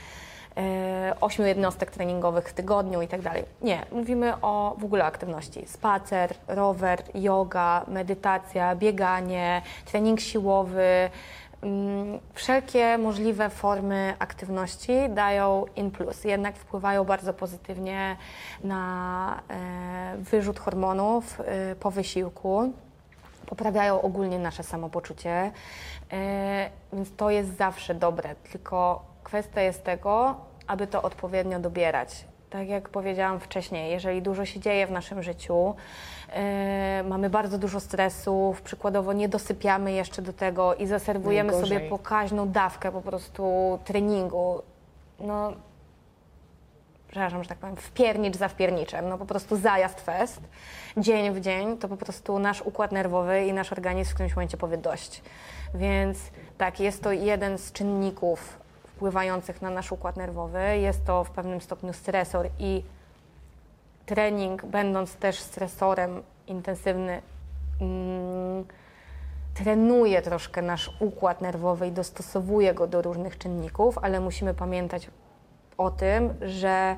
8 jednostek treningowych w tygodniu i tak dalej. Nie, mówimy o w ogóle aktywności. Spacer, rower, yoga, medytacja, bieganie, trening siłowy. Wszelkie możliwe formy aktywności dają in plus, jednak wpływają bardzo pozytywnie na wyrzut hormonów po wysiłku, poprawiają ogólnie nasze samopoczucie, więc to jest zawsze dobre, tylko kwestia jest tego, aby to odpowiednio dobierać. Tak jak powiedziałam wcześniej, jeżeli dużo się dzieje w naszym życiu, mamy bardzo dużo stresów, przykładowo nie dosypiamy jeszcze do tego i zaserwujemy sobie pokaźną dawkę po prostu treningu, no przepraszam, że tak powiem, wpiernicz za wpierniczem, no po prostu zajazd fest, dzień w dzień, to po prostu nasz układ nerwowy i nasz organizm w którymś momencie powie dość. Więc tak, jest to jeden z czynników wpływających na nasz układ nerwowy, jest to w pewnym stopniu stresor i trening, będąc też stresorem intensywny, trenuje troszkę nasz układ nerwowy i dostosowuje go do różnych czynników, ale musimy pamiętać o tym, że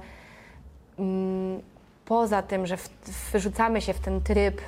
poza tym, że wyrzucamy się w ten tryb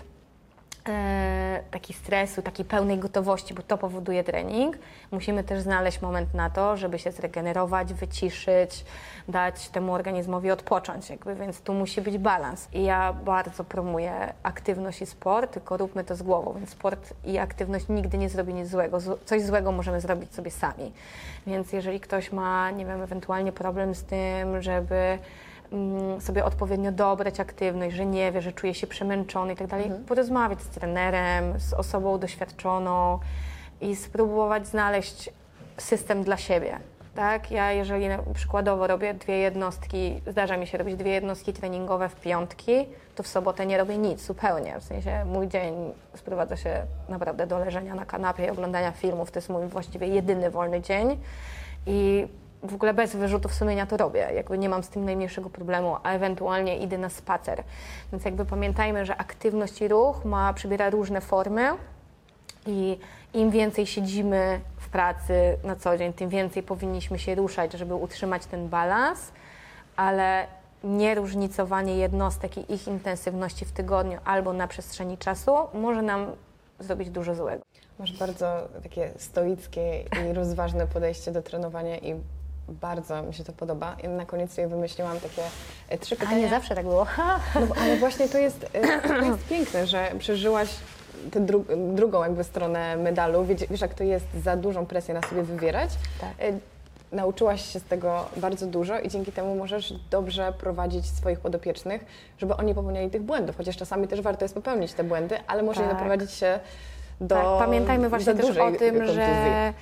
taki stresu, takiej pełnej gotowości, bo to powoduje trening, musimy też znaleźć moment na to, żeby się zregenerować, wyciszyć, dać temu organizmowi odpocząć, więc tu musi być balans. I ja bardzo promuję aktywność i sport, tylko róbmy to z głową, więc sport i aktywność nigdy nie zrobi nic złego. Coś złego możemy zrobić sobie sami. Więc jeżeli ktoś ma, nie wiem, ewentualnie problem z tym, żeby sobie odpowiednio dobrać aktywność, że nie wie, że czuje się przemęczony i tak dalej, porozmawiać z trenerem, z osobą doświadczoną i spróbować znaleźć system dla siebie. Tak? Ja jeżeli przykładowo robię zdarza mi się robić 2 jednostki treningowe w piątki, to w sobotę nie robię nic zupełnie. W sensie mój dzień sprowadza się naprawdę do leżenia na kanapie i oglądania filmów. To jest mój właściwie jedyny wolny dzień i w ogóle bez wyrzutów sumienia to robię, nie mam z tym najmniejszego problemu, a ewentualnie idę na spacer. Więc pamiętajmy, że aktywność i ruch przybiera różne formy i im więcej siedzimy w pracy na co dzień, tym więcej powinniśmy się ruszać, żeby utrzymać ten balans, ale nie różnicowanie jednostek i ich intensywności w tygodniu albo na przestrzeni czasu może nam zrobić dużo złego. Masz bardzo takie stoickie i rozważne podejście do trenowania i bardzo mi się to podoba. I na koniec sobie wymyśliłam takie 3 pytania. A nie zawsze tak było. No, ale właśnie to jest piękne, że przeżyłaś tę drugą stronę medalu. Wiesz, jak to jest za dużą presję na sobie wywierać. Tak. Nauczyłaś się z tego bardzo dużo i dzięki temu możesz dobrze prowadzić swoich podopiecznych, żeby oni popełniali tych błędów. Chociaż czasami też warto jest popełnić te błędy, ale może nie doprowadzić się do Pamiętajmy właśnie też o tym, kontuzji. że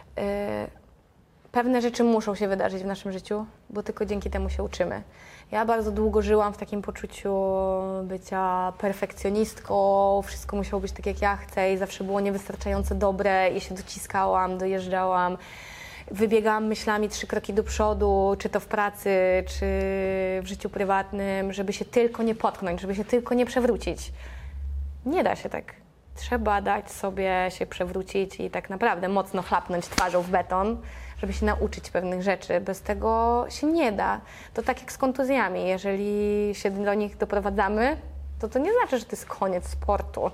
pewne rzeczy muszą się wydarzyć w naszym życiu, bo tylko dzięki temu się uczymy. Ja bardzo długo żyłam w takim poczuciu bycia perfekcjonistką, wszystko musiało być tak jak ja chcę i zawsze było niewystarczająco dobre i się dociskałam, dojeżdżałam. Wybiegałam myślami 3 kroki do przodu, czy to w pracy, czy w życiu prywatnym, żeby się tylko nie potknąć, żeby się tylko nie przewrócić. Nie da się tak. Trzeba dać sobie się przewrócić i tak naprawdę mocno chlapnąć twarzą w beton, żeby się nauczyć pewnych rzeczy. Bez tego się nie da. To tak jak z kontuzjami. Jeżeli się do nich doprowadzamy, to nie znaczy, że to jest koniec sportu.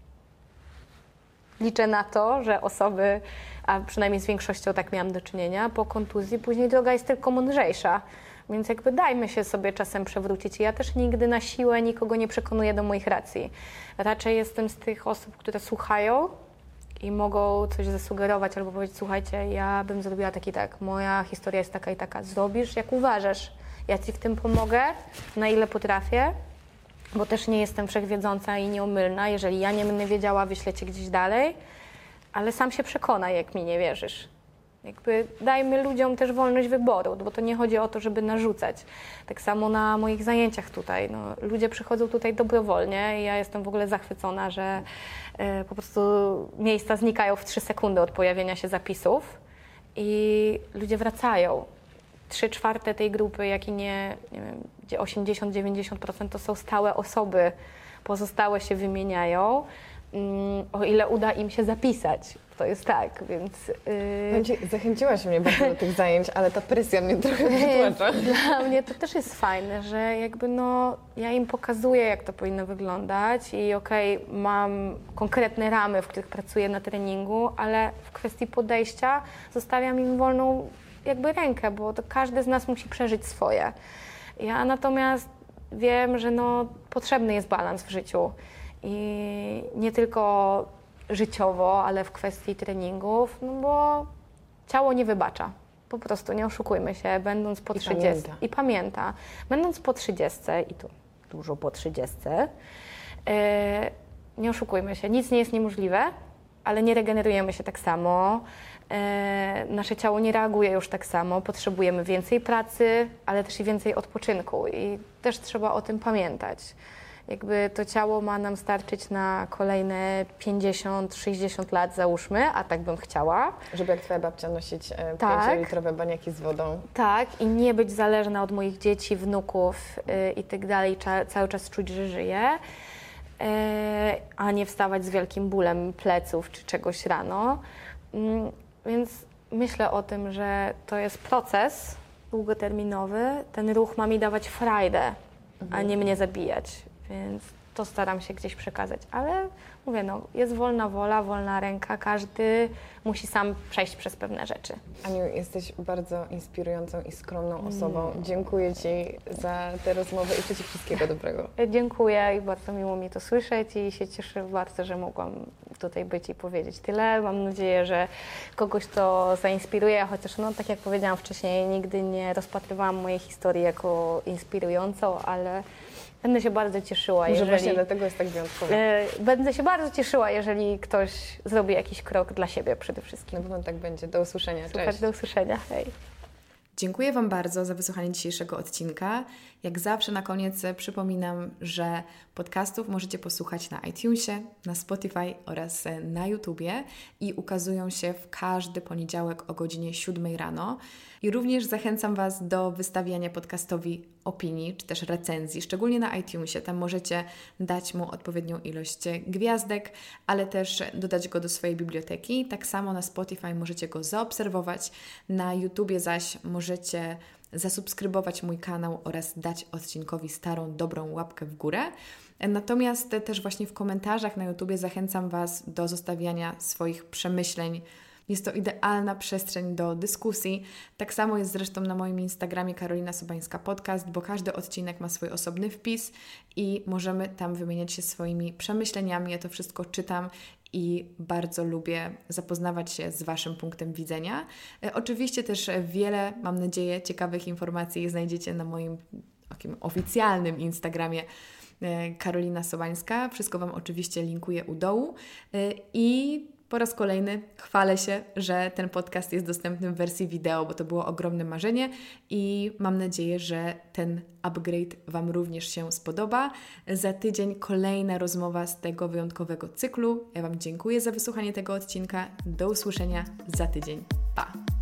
Liczę na to, że osoby, a przynajmniej z większością tak miałam do czynienia, po kontuzji później droga jest tylko mądrzejsza. Więc dajmy się sobie czasem przewrócić. Ja też nigdy na siłę nikogo nie przekonuję do moich racji. Raczej jestem z tych osób, które słuchają i mogą coś zasugerować albo powiedzieć, słuchajcie, ja bym zrobiła tak i tak, moja historia jest taka i taka, zrobisz jak uważasz, ja Ci w tym pomogę, na ile potrafię, bo też nie jestem wszechwiedząca i nieomylna, jeżeli ja nie będę wiedziała, wyślę Cię gdzieś dalej, ale sam się przekonaj, jak mi nie wierzysz. Dajmy ludziom też wolność wyboru, bo to nie chodzi o to, żeby narzucać. Tak samo na moich zajęciach tutaj. Ludzie przychodzą tutaj dobrowolnie i ja jestem w ogóle zachwycona, że po prostu miejsca znikają w 3 sekundy od pojawienia się zapisów i ludzie wracają. 3/4 tej grupy, jak i nie wiem, gdzie 80-90% to są stałe osoby, pozostałe się wymieniają, o ile uda im się zapisać. To jest tak, więc... Zachęciłaś mnie bardzo do tych zajęć, ale ta presja mnie trochę przytłacza. Dla mnie to też jest fajne, że ja im pokazuję, jak to powinno wyglądać i mam konkretne ramy, w których pracuję na treningu, ale w kwestii podejścia zostawiam im wolną rękę, bo to każdy z nas musi przeżyć swoje. Ja natomiast wiem, że potrzebny jest balans w życiu i nie tylko życiowo, ale w kwestii treningów, bo ciało nie wybacza. Po prostu nie oszukujmy się, będąc po 30. I pamięta. Będąc po 30 i tu dużo po 30, nie oszukujmy się, nic nie jest niemożliwe, ale nie regenerujemy się tak samo. Nasze ciało nie reaguje już tak samo, potrzebujemy więcej pracy, ale też i więcej odpoczynku i też trzeba o tym pamiętać. To ciało ma nam starczyć na kolejne 50-60 lat, załóżmy, a tak bym chciała. Żeby jak Twoja babcia nosić 5-litrowe baniaki z wodą. Tak, i nie być zależna od moich dzieci, wnuków i tak dalej, cały czas czuć, że żyję, a nie wstawać z wielkim bólem pleców czy czegoś rano. Więc myślę o tym, że to jest proces długoterminowy. Ten ruch ma mi dawać frajdę, a nie mnie zabijać, więc to staram się gdzieś przekazać, ale mówię, no, jest wolna wola, wolna ręka, każdy musi sam przejść przez pewne rzeczy. Aniu, jesteś bardzo inspirującą i skromną osobą. Dziękuję Ci za tę rozmowę i życzę Ci wszystkiego dobrego. Dziękuję i bardzo miło mi to słyszeć i się cieszę bardzo, że mogłam tutaj być i powiedzieć tyle. Mam nadzieję, że kogoś to zainspiruje, chociaż no, tak jak powiedziałam wcześniej, nigdy nie rozpatrywałam mojej historii jako inspirującą, ale będę się bardzo cieszyła, Może właśnie dlatego jest tak wyjątkowa. Będę się bardzo cieszyła, jeżeli ktoś zrobi jakiś krok dla siebie przede wszystkim. Na pewno tak będzie. Do usłyszenia. Super, Cześć. do usłyszenia. Hej. Dziękuję Wam bardzo za wysłuchanie dzisiejszego odcinka. Jak zawsze na koniec przypominam, że podcastów możecie posłuchać na iTunesie, na Spotify oraz na YouTubie i ukazują się w każdy poniedziałek o godzinie 7 rano. I również zachęcam Was do wystawiania podcastowi opinii, czy też recenzji, szczególnie na iTunesie. Tam możecie dać mu odpowiednią ilość gwiazdek, ale też dodać go do swojej biblioteki. Tak samo na Spotify możecie go zaobserwować, na YouTubie zaś możecie zasubskrybować mój kanał oraz dać odcinkowi starą, dobrą łapkę w górę. Natomiast też właśnie w komentarzach na YouTubie zachęcam Was do zostawiania swoich przemyśleń. Jest to idealna przestrzeń do dyskusji. Tak samo jest zresztą na moim Instagramie Karolina Sobańska Podcast, bo każdy odcinek ma swój osobny wpis i możemy tam wymieniać się swoimi przemyśleniami. Ja to wszystko czytam i bardzo lubię zapoznawać się z Waszym punktem widzenia. Oczywiście też wiele, mam nadzieję, ciekawych informacji znajdziecie na moim takim oficjalnym Instagramie Karolina Sobańska. Wszystko Wam oczywiście linkuję u dołu i po raz kolejny chwalę się, że ten podcast jest dostępny w wersji wideo, bo to było ogromne marzenie i mam nadzieję, że ten upgrade Wam również się spodoba. Za tydzień kolejna rozmowa z tego wyjątkowego cyklu. Ja Wam dziękuję za wysłuchanie tego odcinka. Do usłyszenia za tydzień. Pa!